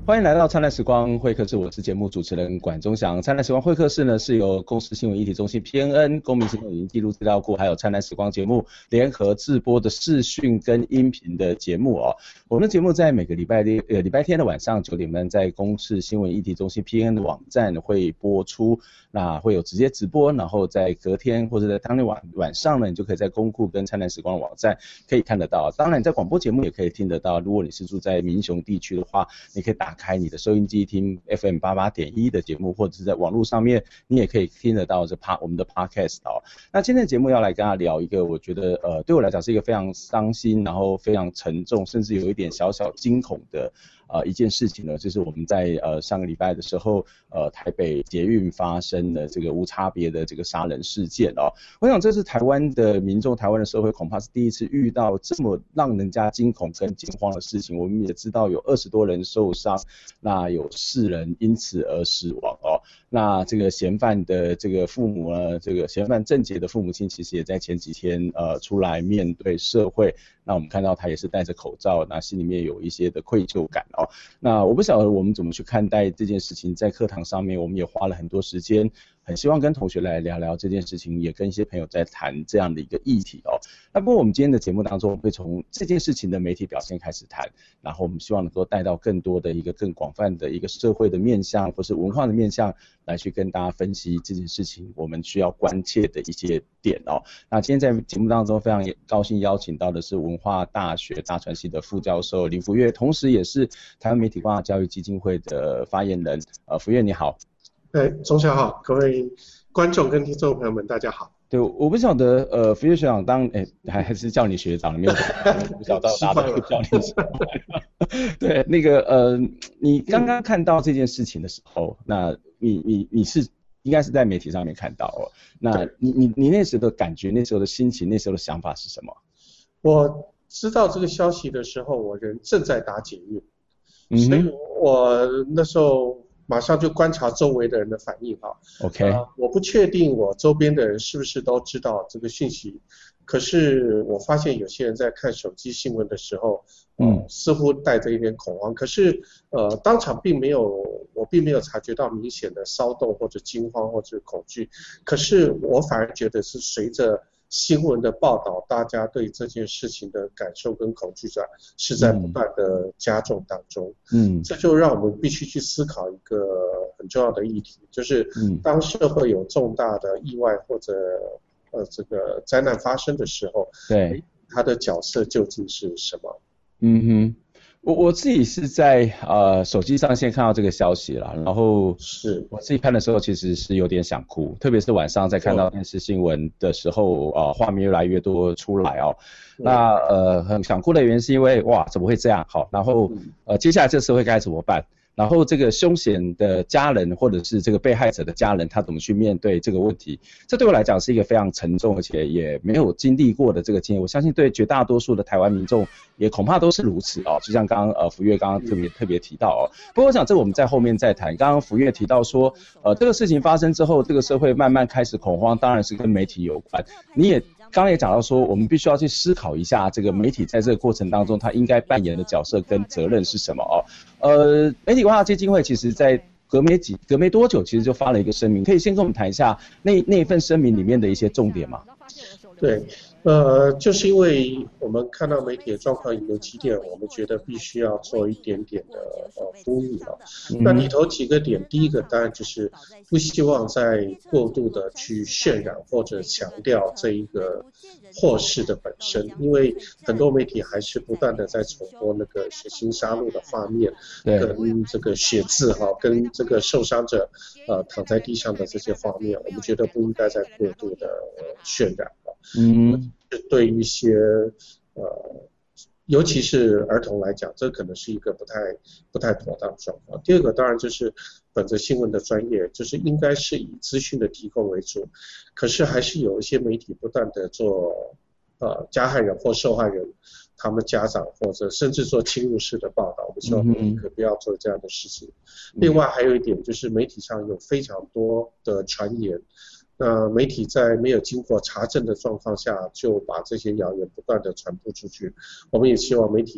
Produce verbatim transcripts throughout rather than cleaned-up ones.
欢迎来到灿烂时光会客室，我是节目主持人管中祥。灿烂时光会客室呢，是由公视新闻议题中心 P N N、公民行动影音记录资料库，还有灿烂时光节目联合制播的视讯跟音频的节目哦。我们的节目在每个礼拜六、呃礼拜天的晚上九点半，在公视新闻议题中心 P N N 的网站会播出，那会有直接直播，然后在隔天或者在当天晚晚上呢，你就可以在公库跟灿烂时光的网站可以看得到。当然，你在广播节目也可以听得到。如果你是住在民雄地区的话，你可以打开你的收音机听 F M 八十八点一 的节目，或者是在网络上面你也可以听得到这 pa 我们的 podcast 哦。那今天的节目要来跟大家聊一个我觉得呃对我来讲是一个非常伤心，然后非常沉重，甚至有一点小小惊恐的呃一件事情呢，就是我们在呃上个礼拜的时候，呃台北捷运发生的这个无差别的这个杀人事件哦。我想这是台湾的民众、台湾的社会恐怕是第一次遇到这么让人家惊恐跟惊慌的事情。我们也知道有二十多人受伤，那有四人因此而死亡哦。那这个嫌犯的这个父母呢，这个嫌犯郑捷的父母亲其实也在前几天呃出来面对社会。那我们看到他也是戴着口罩，那心里面有一些的愧疚感哦。那我不晓得我们怎么去看待这件事情，在课堂上面我们也花了很多时间，很希望跟同学来聊聊这件事情，也跟一些朋友在谈这样的一个议题哦。那不过我们今天的节目当中，会从这件事情的媒体表现开始谈，然后我们希望能够带到更多的一个更广泛的一个社会的面向，或是文化的面向，来去跟大家分析这件事情我们需要关切的一些点哦。那今天在节目当中非常高兴邀请到的是文化大学大传系的副教授林福岳，同时也是台湾媒体文化教育基金会的发言人。呃，福岳你好。 哎，中小好，各位观众跟听众朋友们，大家好。 对，我不晓得，呃，福岳学长当，哎，还还是叫你学长，没有，不晓得大家都叫你学长。对，那个，呃，你刚刚看到这件事情的时候，那你你你是应该是在媒体上面看到哦，那你你你那时候的感觉，那时候的心情，那时候的想法是什么？ 我知道这个消息的时候，我人正在打捷运， 嗯、 所以我那时候马上就观察周围的人的反应哈。 OK、 呃。我不确定我周边的人是不是都知道这个讯息，可是我发现有些人在看手机新闻的时候，呃、嗯，似乎带着一点恐慌。可是呃，当场并没有，我并没有察觉到明显的骚动或者惊慌或者恐惧。可是我反而觉得是随着新闻的报道，大家对这件事情的感受跟恐惧感是在不断的加重当中。嗯，这就让我们必须去思考一个很重要的议题，就是当社会有重大的意外或者呃这个灾难发生的时候， 对， 他的角色究竟是什么？ 嗯哼。我我自己是在呃手机上先看到这个消息啦，然后是我自己看的时候其实是有点想哭，特别是晚上在看到电视新闻的时候，呃画面越来越多出来哦，那呃很想哭的原因是因为哇怎么会这样？好，然后呃接下来这社会该怎么办？然后这个凶险的家人或者是这个被害者的家人，他怎么去面对这个问题？这对我来讲是一个非常沉重而且也没有经历过的这个经验。我相信对绝大多数的台湾民众也恐怕都是如此哦。就像刚刚呃福岳刚刚特别特别提到哦，不过我想这我们在后面再谈。刚刚福岳提到说，呃这个事情发生之后，这个社会慢慢开始恐慌，当然是跟媒体有关。你也刚刚也讲到说，我们必须要去思考一下这个媒体在这个过程当中，他应该扮演的角色跟责任是什么哦。呃，媒体文化基金会其实在隔没几隔没多久，其实就发了一个声明，可以先跟我们谈一下那那一份声明里面的一些重点吗？ 对，呃，就是因为我们看到媒体的状况有几点，我们觉得必须要做一点点的呃呼吁啊。嗯、那里头几个点，第一个当然就是不希望再过度的去渲染或者强调这一个祸事的本身，因为很多媒体还是不断的在重播那个血腥杀戮的画面，跟这个血渍哈，跟这个受伤者呃躺在地上的这些画面，我们觉得不应该再过度的渲染。嗯，对于一些呃，尤其是儿童来讲，这可能是一个不太不太妥当的状况。第二个当然就是本着新闻的专业，就是应该是以资讯的提供为主，可是还是有一些媒体不断的做呃加害人或受害人他们家长或者甚至做侵入式的报道，我们希望媒体可不要做这样的事情。嗯、另外还有一点就是媒体上有非常多的传言。那媒体在没有经过查证的状况下，就把这些谣言不断的传播出去。我们也希望媒体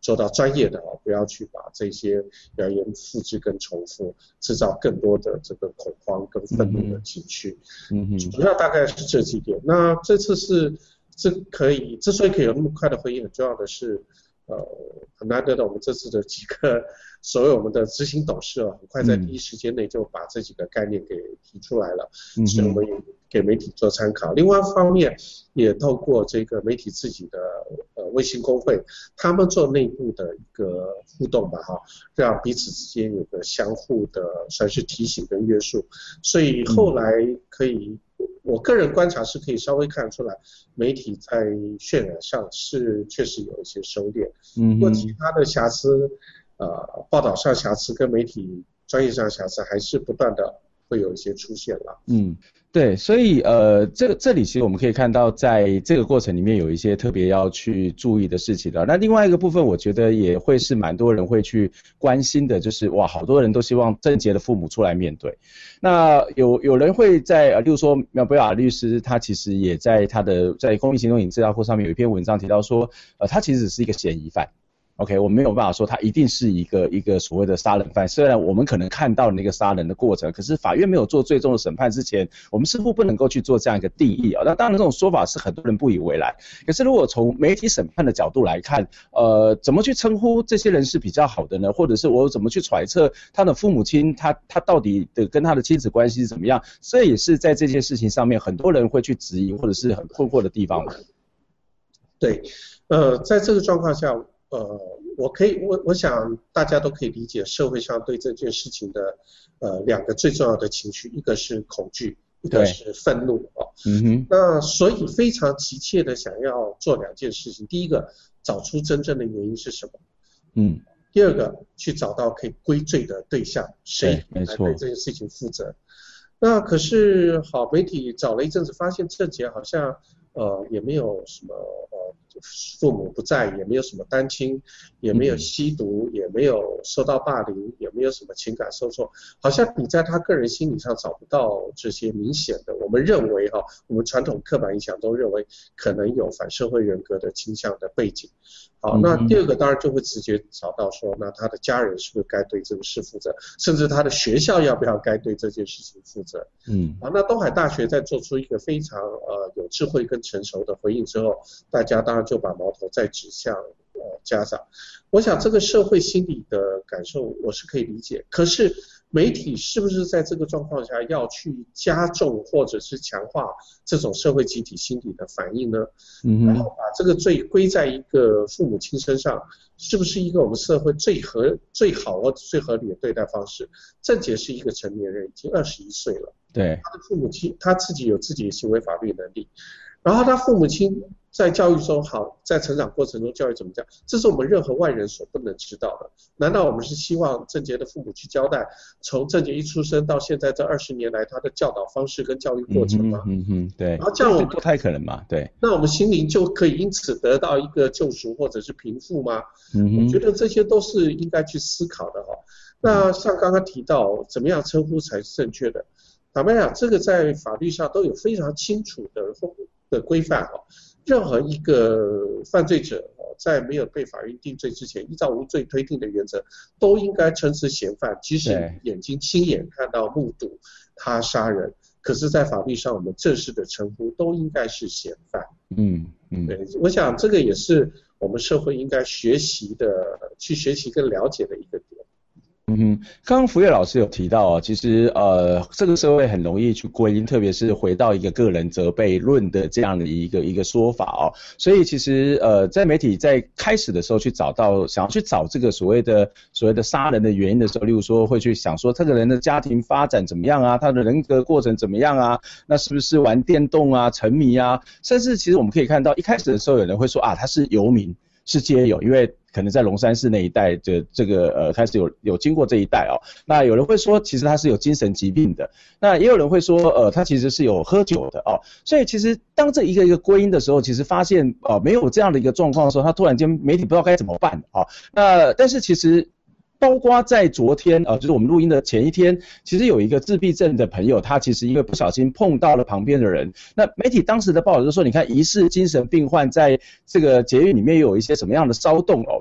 做到专业的哦，不要去把这些谣言复制跟重复，制造更多的这个恐慌跟愤怒的情绪。嗯哼，主要大概是这几点。那这次是这可以之所以可以有那么快的回应，很重要的是。呃，很难得的，我们这次的几个所有我们的执行董事啊，很快在第一时间内就把这几个概念给提出来了，嗯、所以我们也给媒体做参考。另外一方面，也透过这个媒体自己的呃卫星工会，他们做内部的一个互动吧，哈，让彼此之间有个相互的算是提醒跟约束，所以后来可以。我个人观察是可以稍微看出来，媒体在渲染上是确实有一些收敛，嗯，不过其他的瑕疵，呃，报道上瑕疵跟媒体专业上瑕疵还是不断的会有一些出现了。 嗯，对，所以呃，这这里其实我们可以看到，在这个过程里面有一些特别要去注意的事情的。那另外一个部分，我觉得也会是蛮多人会去关心的，就是哇，好多人都希望郑捷的父母出来面对。那有有人会在呃，例如说苗博雅律师，他其实也在他的在公民行动影资料库上面有一篇文章提到说，呃，他其实只是一个嫌疑犯。OK， 我们没有办法说他一定是一个一个所谓的杀人犯，虽然我们可能看到那个杀人的过程，可是法院没有做最终的审判之前，我们似乎不能够去做这样一个定义啊。那当然这种说法是很多人不以为然，可是如果从媒体审判的角度来看，呃，怎么去称呼这些人是比较好的呢？或者是我怎么去揣测他的父母亲他他到底的跟他的亲子关系是怎么样？这也是在这件事情上面很多人会去质疑或者是很困惑的地方。 对，呃，在这个状况下。呃，我可以，我我想大家都可以理解社会上对这件事情的呃两个最重要的情绪，一个是恐惧，一个是愤怒啊。嗯哼。那所以非常急切的想要做两件事情，第一个找出真正的原因是什么，嗯。第二个去找到可以归罪的对象，谁来对这件事情负责。那可是好，媒体找了一阵子，发现郑捷好像呃也没有什么呃。父母不在，也没有什么单亲，也没有吸毒，也没有受到霸凌，也没有什么情感受挫，好像你在他个人心理上找不到这些明显的，我们认为哈，我们传统刻板印象都认为可能有反社会人格的倾向的背景。好，那第二个当然就会直接找到说，那他的家人是不是该对这个事负责，甚至他的学校要不要该对这件事情负责。嗯，好，那东海大学在做出一个非常呃有智慧跟成熟的回应之后，大家当然就把矛头再指向呃家长。我想这个社会心理的感受我是可以理解，可是媒体是不是在这个状况下要去加重或者是强化这种社会集体心理的反应呢？嗯，然后把这个罪归在一个父母亲身上，是不是一个我们社会最合最好或者最合理的对待方式？郑捷是一个成年人，已经二十一岁了，对，他的父母亲他自己有自己的行为法律能力，然后他父母亲在教育中好，在成长过程中教育怎么讲，这是我们任何外人所不能知道的。难道我们是希望郑捷的父母去交代从郑捷一出生到现在这二十年来他的教导方式跟教育过程吗？嗯嗯，对。然后这样我们不太可能嘛，对。 那我们心灵就可以因此得到一个救赎或者是平复吗？嗯，我觉得这些都是应该去思考的哈。那像刚刚提到怎么样称呼才是正确的，坦白讲，这个在法律上都有非常清楚的的规范哈。任何一个犯罪者在没有被法院定罪之前，依照无罪推定的原则，都应该称之嫌犯，即使眼睛亲眼看到目睹他杀人，可是在法律上我们正式的称呼都应该是嫌犯。嗯嗯，对，我想这个也是我们社会应该学习的，去学习跟了解的一个点。 嗯哼，刚刚福岳老师有提到啊，其实呃这个社会很容易去归因，特别是回到一个个人责备论的这样的一个一个说法哦，所以其实呃在媒体在开始的时候去找到想要去找这个所谓的所谓的杀人的原因的时候，例如说会去想说这个人的家庭发展怎么样啊，他的人格过程怎么样啊，那是不是玩电动啊，沉迷啊，甚至其实我们可以看到一开始的时候有人会说啊他是游民，是街友，因为可能在龙山寺那一带的这个呃开始有有经过这一带哦，那有人会说其实他是有精神疾病的，那也有人会说呃他其实是有喝酒的哦，所以其实当这一个一个归因的时候，其实发现呃没有这样的一个状况的时候，他突然间媒体不知道该怎么办哦，那但是其实包括在昨天呃就是我们录音的前一天，其实有一个自闭症的朋友，他其实因为不小心碰到了旁边的人，那媒体当时的报道就说，你看疑似精神病患在这个捷运里面有一些什么样的骚动哦，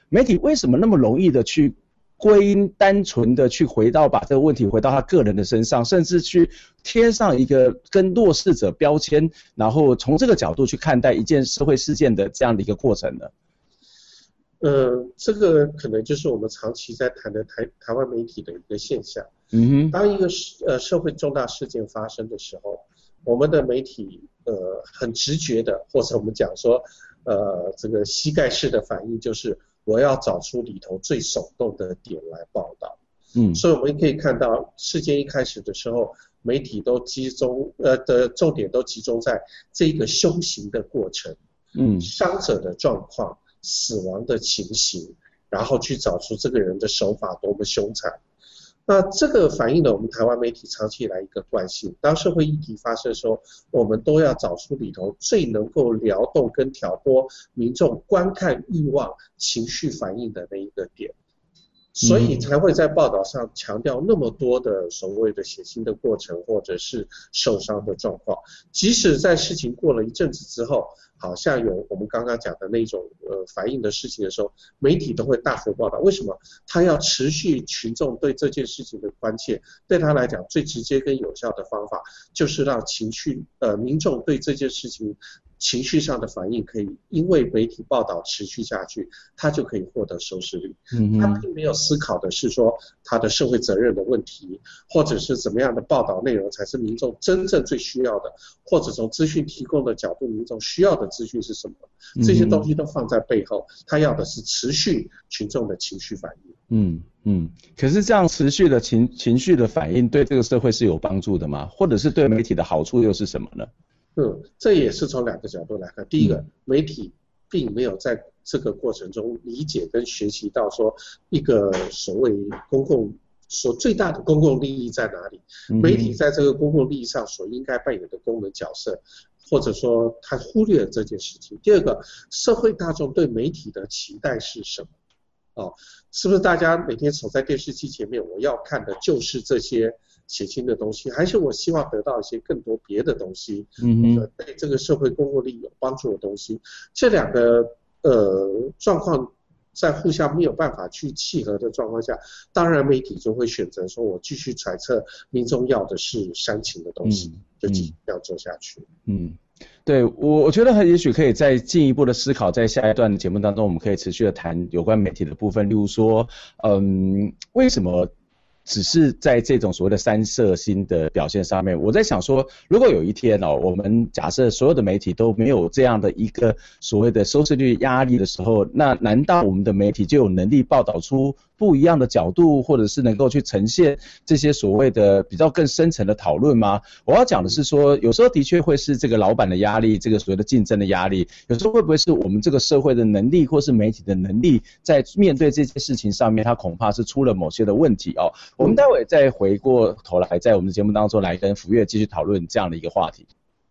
媒体为什么那么容易的去归因单纯的去回到把这个问题回到他个人的身上，甚至去贴上一个跟弱势者标签，然后从这个角度去看待一件社会事件的这样的一个过程呢？ 呃，这个可能就是我们长期在谈的台台湾媒体的一个现象。 嗯哼， 当一个呃社会重大事件发生的时候，我们的媒体呃很直觉的，或者我们讲说呃这个膝盖式的反应，就是我要找出里头最耸动的点来报道。嗯，所以我们可以看到事件一开始的时候，媒体都集中呃的重点都集中在这个凶刑的过程，嗯，伤者的状况，死亡的情形，然后去找出这个人的手法多么凶残。那这个反映了我们台湾媒体长期以来一个惯性，当社会议题发生的时候，我们都要找出里头最能够撩动跟挑拨民众观看欲望、情绪反应的那一个点，所以才会在报道上强调那么多的所谓的血腥的过程或者是受伤的状况。即使在事情过了一阵子之后，好像有我们刚刚讲的那种呃反映的事情的时候，媒体都会大幅报道。为什么？他要持续群众对这件事情的关切，对他来讲最直接跟有效的方法就是让情绪呃民众对这件事情情绪上的反应可以因为媒体报道持续下去，他就可以获得收视率。嗯，他并没有思考的是说他的社会责任的问题，或者是怎么样的报道内容才是民众真正最需要的，或者从资讯提供的角度，民众需要的资讯是什么，这些东西都放在背后，他要的是持续群众的情绪反应。 嗯嗯，可是这样持续的情情绪的反应对这个社会是有帮助的吗？或者是对媒体的好处又是什么呢？ 嗯，这也是从两个角度来看。第一个，媒体并没有在这个过程中理解跟学习到说一个所谓公共所最大的公共利益在哪里，媒体在这个公共利益上所应该扮演的功能角色，或者说他忽略了这件事情。第二个，社会大众对媒体的期待是什么？哦，是不是大家每天守在电视机前面，我要看的就是这些血腥的东西，还是我希望得到一些更多别的东西，嗯哼，对这个社会公共利益有帮助的东西？这两个呃状况在互相没有办法去契合的状况下，当然媒体就会选择说，我继续揣测民众要的是煽情的东西，嗯、就继续要做下去。 嗯。对，我我觉得也许可以再进一步的思考，在下一段的节目当中，我们可以持续的谈有关媒体的部分，例如说，嗯，为什么只是在这种所谓的三色星的表现上面，我在想说，如果有一天哦，我们假设所有的媒体都没有这样的一个所谓的收视率压力的时候，那难道我们的媒体就有能力报道出不一样的角度，或者是能够去呈现这些所谓的比较更深层的讨论吗？我要讲的是说，有时候的确会是这个老板的压力，这个所谓的竞争的压力，有时候会不会是我们这个社会的能力，或是媒体的能力，在面对这些事情上面，它恐怕是出了某些的问题哦。我们待会再回过头来，在我们的节目当中来跟福岳继续讨论这样的一个话题。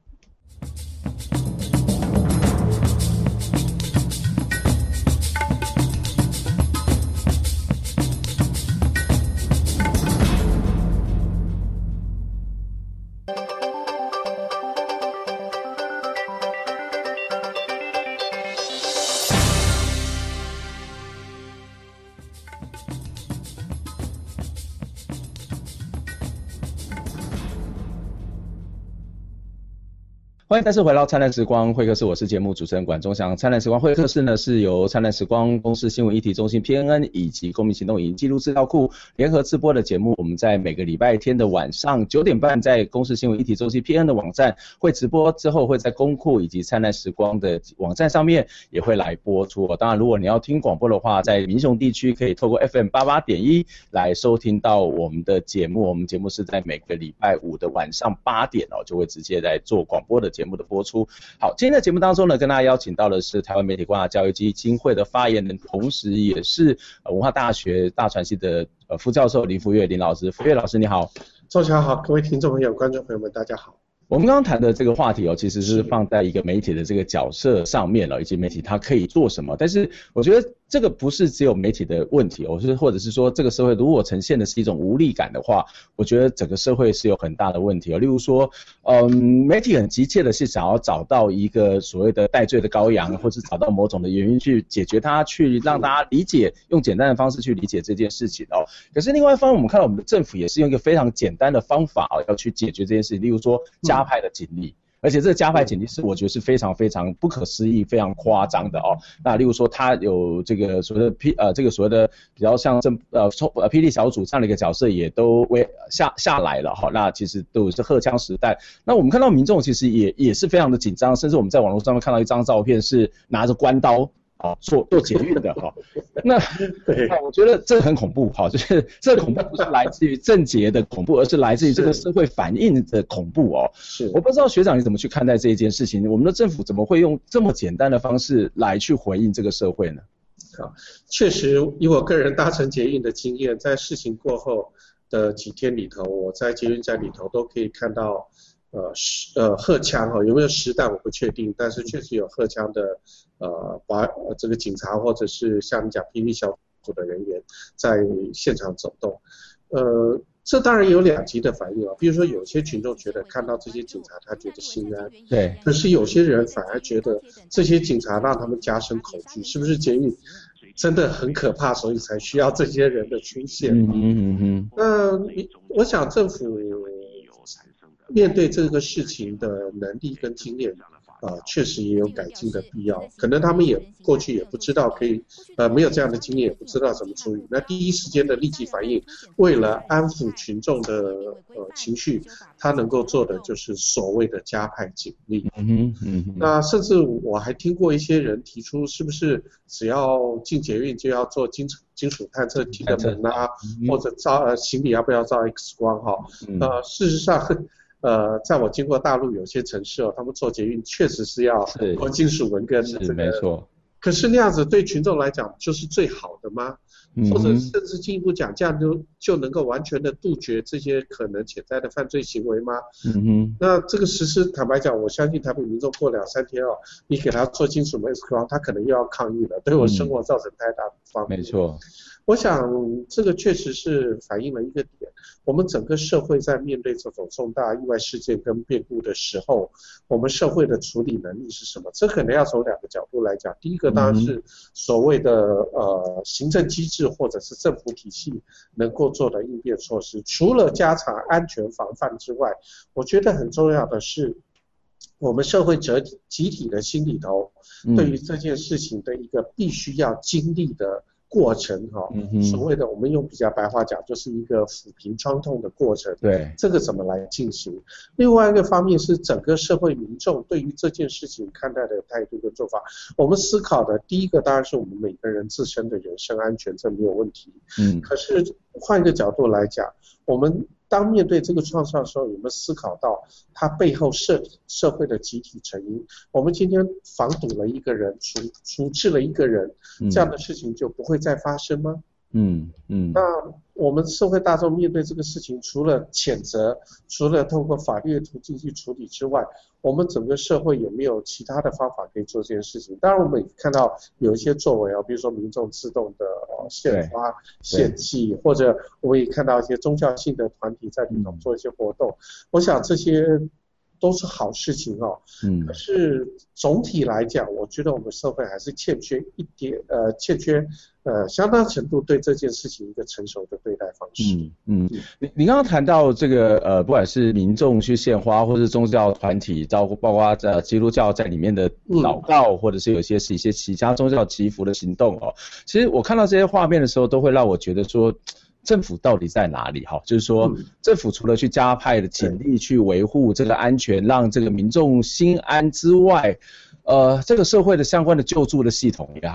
欢迎再次回到灿烂时光会客室，我是节目主持人管中祥。灿烂时光会客室呢，是由灿烂时光公司新闻议题中心 P N N 以及公民行动影音记录资料库联合直播的节目。我们在每个礼拜天的晚上九点半，在公司新闻议题中心 P N N 的网站会直播，之后会在公库以及灿烂时光的网站上面也会来播出。当然，如果你要听广播的话，在民雄地区可以透过 F M 八十八点一 来收听到我们的节目。我们节目是在每个礼拜五的晚上八点哦，就会直接在做广播的节目的播出。好，今天的节目当中呢，跟大家邀请到的是台湾媒体观察教育基金会的发言人，同时也是文化大学大传系的副教授林福岳林老师。福岳老师你好。 周强好，各位听众朋友、观众朋友们，大家好。 我们刚刚谈的这个话题哦，其实是放在一个媒体的这个角色上面了，以及媒体它可以做什么。但是我觉得这个不是只有媒体的问题哦，是或者是说这个社会如果呈现的是一种无力感的话，我觉得整个社会是有很大的问题哦。例如说，嗯，媒体很急切的是想要找到一个所谓的代罪的羔羊，或是找到某种的原因去解决它，去让大家理解，用简单的方式去理解这件事情哦。可是另外一方面，我们看到我们的政府也是用一个非常简单的方法哦，要去解决这件事情，例如说加派的警力。而且这个加派警力是我觉得是非常非常不可思议、非常夸张的哦。那例如说，他有这个所谓的霹呃这个所谓的比较像政呃呃霹雳小组这样的一个角色也都为下下来了哈。那其实都是荷枪实弹。那我们看到民众其实也也是非常的紧张，甚至我们在网络上面看到一张照片是拿着关刀。好，做做捷运的哈，那对，我觉得这很恐怖哈，就是这个恐怖不是来自于政节的恐怖，而是来自于这个社会反应的恐怖哦。是，我不知道学长你怎么去看待这一件事情？我们的政府怎么会用这么简单的方式来去回应这个社会呢？ 好，确实以我个人搭乘捷运的经验，在事情过后的几天里头，我在捷运站里头都可以看到。呃，呃，荷枪哈，有没有实弹我不确定，但是确实有荷枪的呃，把呃这个警察或者是像你讲霹雳小组的人员在现场走动，呃，这当然有两极的反应啊，比如说有些群众觉得看到这些警察他觉得心安，对，可是有些人反而觉得这些警察让他们加深恐惧，是不是捷运真的很可怕，所以才需要这些人的出现？嗯嗯嗯。那我想政府。面对这个事情的能力跟经验，啊、呃，确实也有改进的必要。可能他们也过去也不知道可以，呃，没有这样的经验，也不知道怎么处理。那第一时间的立即反应，为了安抚群众的呃情绪，他能够做的就是所谓的加派警力。嗯嗯。那甚至我还听过一些人提出，是不是只要进捷运就要做金属金属探测器的门啊，嗯、或者照呃行李要不要照 X 光哈？嗯、呃，事实上。呃，在我经过大陆有些城市哦，他们做捷运确实是要做金属门跟、这个、 是没错。 可是那样子对群众来讲就是最好的吗？嗯、或者甚至进一步讲，这样就就能够完全的杜绝这些可能潜在的犯罪行为吗？嗯哼。那这个实施，坦白讲，我相信台北民众过两三天哦，你给他做金属门 X 光，他可能又要抗议了，对我生活造成太大的不方便。 没错。 我想这个确实是反映了一个点，我们整个社会在面对这种重大意外事件跟变故的时候，我们社会的处理能力是什么？这可能要从两个角度来讲。第一个当然是所谓的呃行政机制或者是政府体系能够做的应变措施，除了加强安全防范之外，我觉得很重要的是我们社会整体集体的心里头对于这件事情的一个必须要经历的过程哈，嗯、所谓的我们用比较白话讲，就是一个抚平创痛的过程。对，这个怎么来进行？另外一个方面是整个社会民众对于这件事情看待的态度跟做法。我们思考的第一个当然是我们每个人自身的人身安全，这没有问题。嗯，可是换一个角度来讲，我们当面对这个创伤的时候，有没有思考到它背后社社会的集体成因？我们今天防堵了一个人，处处置了一个人，这样的事情就不会再发生吗？嗯嗯。那我们社会大众面对这个事情，除了谴责，除了透过法律的途径去处理之外，我们整个社会有没有其他的方法可以做这件事情？当然，我们也看到有一些作为啊，比如说民众自动的献花、献祭，或者我们也看到一些宗教性的团体在里头做一些活动。我想这些都是好事情哦。嗯。可是总体来讲，我觉得我们社会还是欠缺一点，呃，欠缺呃相当程度对这件事情一个成熟的对待方式。嗯嗯。你你刚刚谈到这个呃，不管是民众去献花，或是宗教团体，包括包括呃基督教在里面的祷告，嗯、或者是有些是一些其他宗教祈福的行动哦。其实我看到这些画面的时候，都会让我觉得说，政府到底在哪里？哈，就是说，政府除了去加派的警力去维护这个安全，让这个民众心安之外，呃，这个社会的相关的救助的系统也好，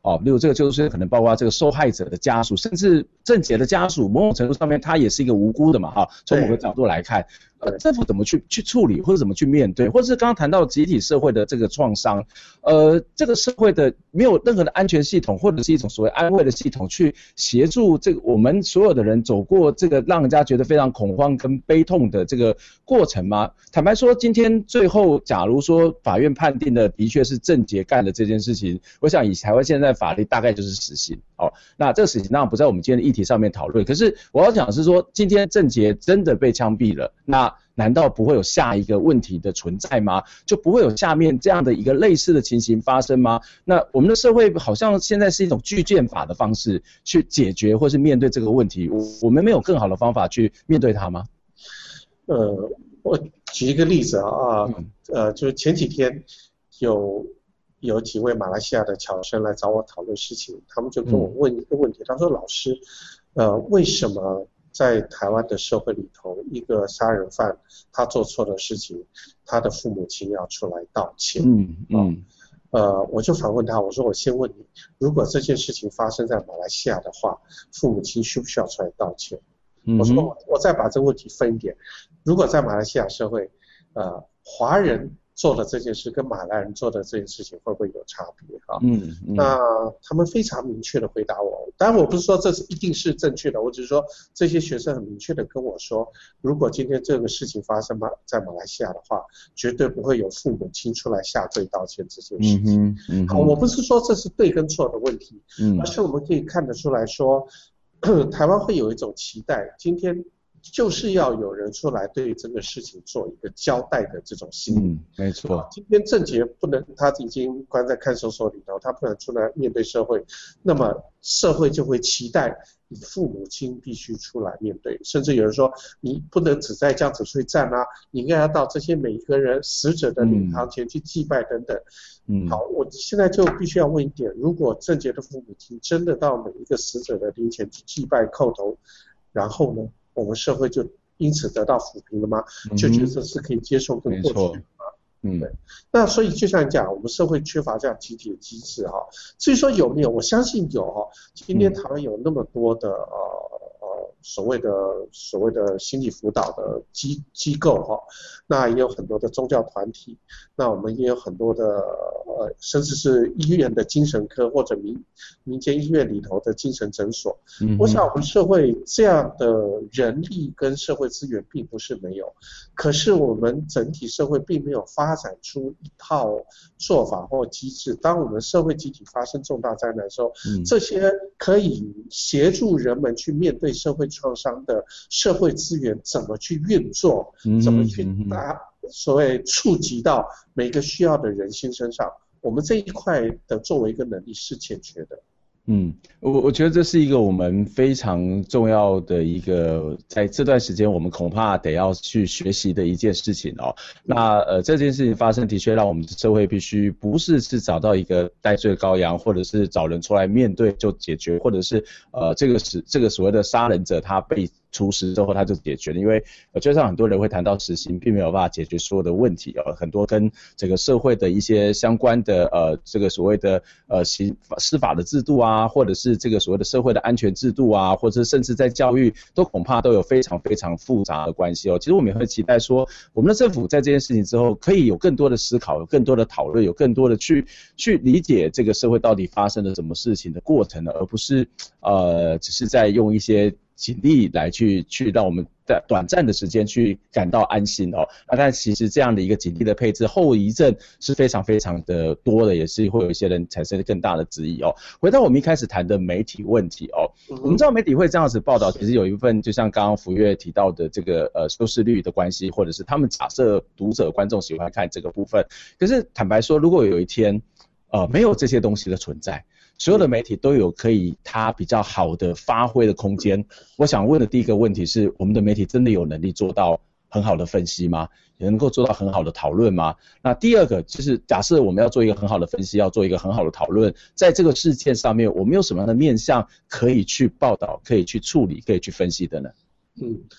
哦，例如这个救助事件可能包括这个受害者的家属，甚至郑捷的家属，某种程度上面他也是一个无辜的嘛，哈，从某个角度来看，呃，政府怎么去去处理，或者怎么去面对，或者是刚刚谈到集体社会的这个创伤，呃，这个社会的没有任何的安全系统，或者是一种所谓安慰的系统，去协助这个我们所有的人走过这个让人家觉得非常恐慌跟悲痛的这个过程吗？坦白说，今天最后假如说法院判定的的确是郑捷干的这件事情，我想以台湾现在法律大概就是死刑。哦，那这个死刑当然不在我们今天的议题上面讨论，可是我要讲的是说，今天郑捷真的被枪毙了，那难道不会有下一个问题的存在吗？就不会有下面这样的一个类似的情形发生吗？那我们的社会好像现在是一种拒谏法的方式去解决或是面对这个问题，我们没有更好的方法去面对它吗？ 呃，我举一个例子啊，嗯、呃，就是前几天有有几位马来西亚的侨生来找我讨论事情，他们就跟我问一个问题，嗯、他说老师，呃，为什么在台湾的社会里头，一个杀人犯他做错的事情，他的父母亲要出来道歉？嗯嗯。呃，我就反问他，我说我先问你，如果这件事情发生在马来西亚的话，父母亲需不需要出来道歉？嗯、我说我我再把这个问题分一点，如果在马来西亚社会，呃，华人做的这件事跟马来人做的这件事情会不会有差别哈？嗯，嗯那他们非常明确的回答我，当然我不是说这是一定是正确的，我只是说这些学生很明确的跟我说，如果今天这个事情发生在马来西亚的话，绝对不会有父母亲出来下跪道歉这件事情。嗯嗯好，我不是说这是对跟错的问题，嗯，而是我们可以看得出来说，台湾会有一种期待，今天就是要有人出来对这个事情做一个交代的这种心理。嗯， 没错。 今天郑捷不能，他已经关在看守所里头，他不能出来面对社会，那么社会就会期待你父母亲必须出来面对，甚至有人说你不能只在这样子去站啊，你应该要到这些每一个人死者的灵堂前去祭拜等等。嗯，好，我现在就必须要问一点，如果郑捷的父母亲真的到每一个死者的灵前去祭拜叩头，然后呢？我们社会就因此得到抚平了吗？就觉得是可以接受跟过去的吗？嗯，对。那所以就像你讲，我们社会缺乏这样集体的机制哈。至于说有没有，我相信有哈。今天台湾有那么多的呃呃所谓的所谓的心理辅导的机机构哈，那也有很多的宗教团体，那我们也有很多的呃甚至是医院的精神科或者民民间医院里头的精神诊所。嗯，我想我们社会这样的人力跟社会资源并不是没有，可是我们整体社会并没有发展出一套做法或机制，当我们社会集体发生重大灾难的时候，嗯、这些可以协助人们去面对社会创伤的社会资源怎么去运作，嗯、怎么去达所谓触及到每个需要的人心身上，我们这一块的作为一个能力是欠缺的。 嗯，我我觉得这是一个我们非常重要的一个，在这段时间我们恐怕得要去学习的一件事情哦。那呃这件事情发生的确让我们社会必须不是是找到一个代罪羔羊，或者是找人出来面对就解决，或者是呃这个是这个所谓的杀人者他被处死之后他就解决了，因为呃就像很多人会谈到死刑并没有办法解决所有的问题哦，很多跟这个社会的一些相关的呃这个所谓的呃刑司法的制度啊，或者是这个所谓的社会的安全制度啊，或者甚至在教育都恐怕都有非常非常复杂的关系哦。其实我们也会期待说，我们的政府在这件事情之后可以有更多的思考，有更多的讨论，有更多的去去理解这个社会到底发生了什么事情的过程呢，而不是呃只是在用一些警力来去去让我们在短暂的时间去感到安心哦。那但其实这样的一个警力的配置后遗症是非常非常的多的，也是会有一些人产生更大的质疑哦。回到我们一开始谈的媒体问题哦，我们知道媒体会这样子报道，其实有一部分就像刚刚福月提到的这个呃收视率的关系，或者是他们假设读者观众喜欢看这个部分。可是坦白说，如果有一天呃没有这些东西的存在，所有的媒体都有可以它比较好的发挥的空间。我想问的第一个问题是，我们的媒体真的有能力做到很好的分析吗？也能够做到很好的讨论吗？那第二个就是假设我们要做一个很好的分析，要做一个很好的讨论，在这个事件上面我们有什么样的面向可以去报道，可以去处理，可以去分析的呢？ 嗯，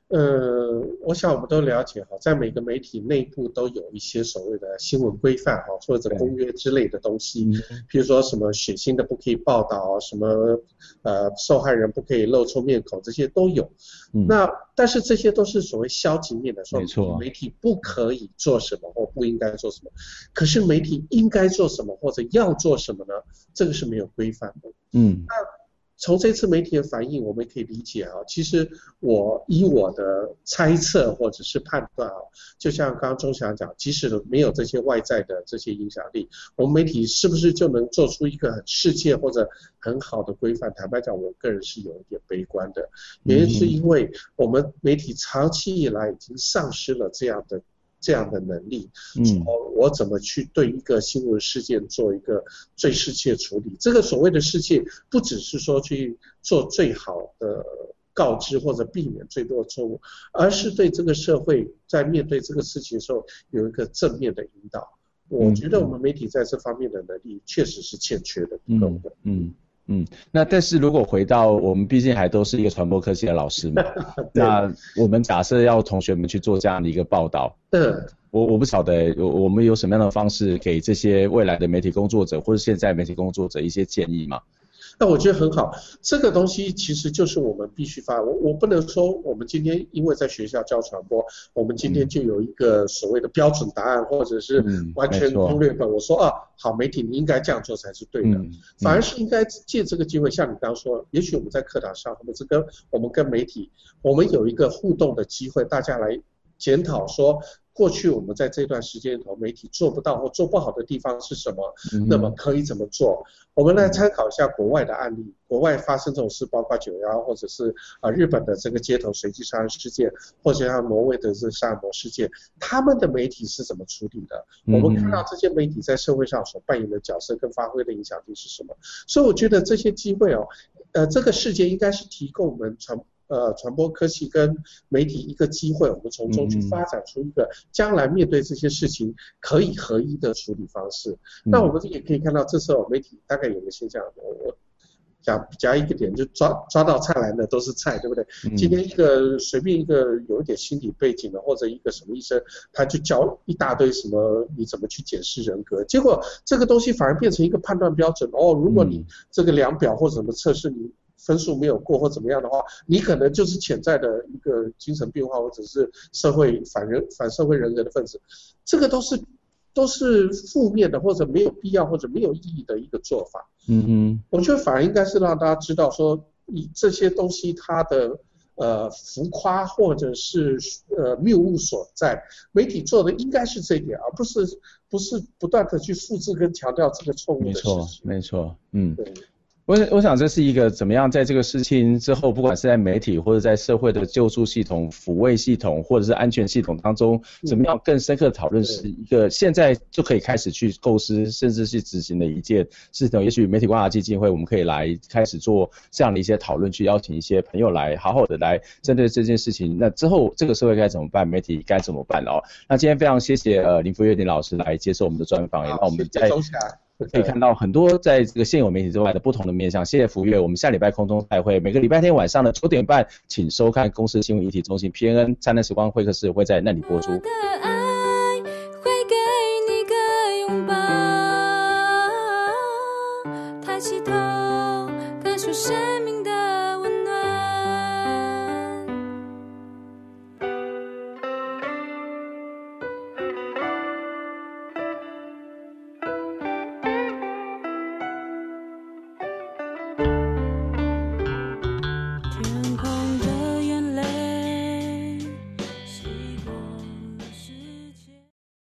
呃，我想我们都了解哈，在每个媒体内部都有一些所谓的新闻规范哈，或者公约之类的东西，比如说什么血腥的不可以报道，什么呃受害人不可以露出面孔，这些都有。嗯、那但是这些都是所谓消极面的，说媒体不可以做什么或不应该做什么。可是媒体应该做什么或者要做什么呢？这个是没有规范的。嗯。那从这次媒体的反应，我们可以理解啊，其实我以我的猜测或者是判断啊，就像刚刚钟翔讲，即使没有这些外在的这些影响力，我们媒体是不是就能做出一个很世界或者很好的规范？坦白讲，我个人是有一点悲观的，原因是因为我们媒体长期以来已经丧失了这样的。这样的能力，嗯，我怎么去对一个新闻事件做一个最适切处理？这个所谓的适切，不只是说去做最好的告知或者避免最多的错误，而是对这个社会在面对这个事情的时候有一个正面的引导。我觉得我们媒体在这方面的能力确实是欠缺的，不够的。嗯。嗯嗯，那但是如果回到我们毕竟还都是一个传播科系的老师嘛，那我们假设要同学们去做这样的一个报道，嗯，我我不晓得我们有什么样的方式给这些未来的媒体工作者或者现在媒体工作者一些建议吗？ 那我觉得很好，这个东西其实就是我们必须发。我我不能说我们今天因为在学校教传播，我们今天就有一个所谓的标准答案，或者是完全攻略本。我说啊，好，媒体你应该这样做才是对的，嗯、反而是应该借这个机会，像你刚刚说，也许我们在课堂上，我们这跟我们跟媒体，我们有一个互动的机会，大家来检讨说。过去我们在这段时间里头，媒体做不到或做不好的地方是什么？嗯、那么可以怎么做？我们来参考一下国外的案例，国外发生这种事，包括九幺，或者是啊、呃、日本的这个街头随机杀人事件，或者像挪威的这个杀人魔事件，他们的媒体是怎么处理的？我们看到这些媒体在社会上所扮演的角色跟发挥的影响力是什么？所以我觉得这些机会哦，呃，这个事件应该是提供我们传。呃，传播科技跟媒体一个机会，我们从中去发展出一个将来面对这些事情可以合一的处理方式。嗯、那我们也可以看到，这时候媒体大概有个现象，我我讲讲一个点，就抓抓到菜篮的都是菜，对不对？嗯、今天一个随便一个有一点心理背景的，或者一个什么医生，他就教一大堆什么你怎么去检视人格，结果这个东西反而变成一个判断标准。哦，如果你这个量表或者什么测试你。分数没有过或怎么样的话，你可能就是潜在的一个精神变化，或者是社会反人反社会人格的分子，这个都是都是负面的，或者没有必要或者没有意义的一个做法。嗯嗯，我觉得反而应该是让大家知道说，你这些东西它的呃浮夸或者是呃谬误所在，媒体做的应该是这一点，而不是不是不断的去复制跟强调这个错误的事情。 没错，没错，嗯。对。我我想这是一个怎么样在这个事情之后，不管是在媒体或者在社会的救助系统、抚慰系统或者是安全系统当中，怎么样更深刻的讨论，是一个现在就可以开始去构思，甚至去执行的一件事情。也许媒体观察基金会，我们可以来开始做这样的一些讨论，去邀请一些朋友来好好的来针对这件事情。那之后这个社会该怎么办？媒体该怎么办哦？那今天非常谢谢呃林福月林老师来接受我们的专访，也让我们在。可以看到很多在这个现有媒体之外的不同的面向。谢谢福月，我们下礼拜空中再会。每个礼拜天晚上的九点半，请收看公视新闻议题中心 P N N 灿烂时光会客室会在那里播出。我的爱会给你个拥抱，抬起头，感受生命。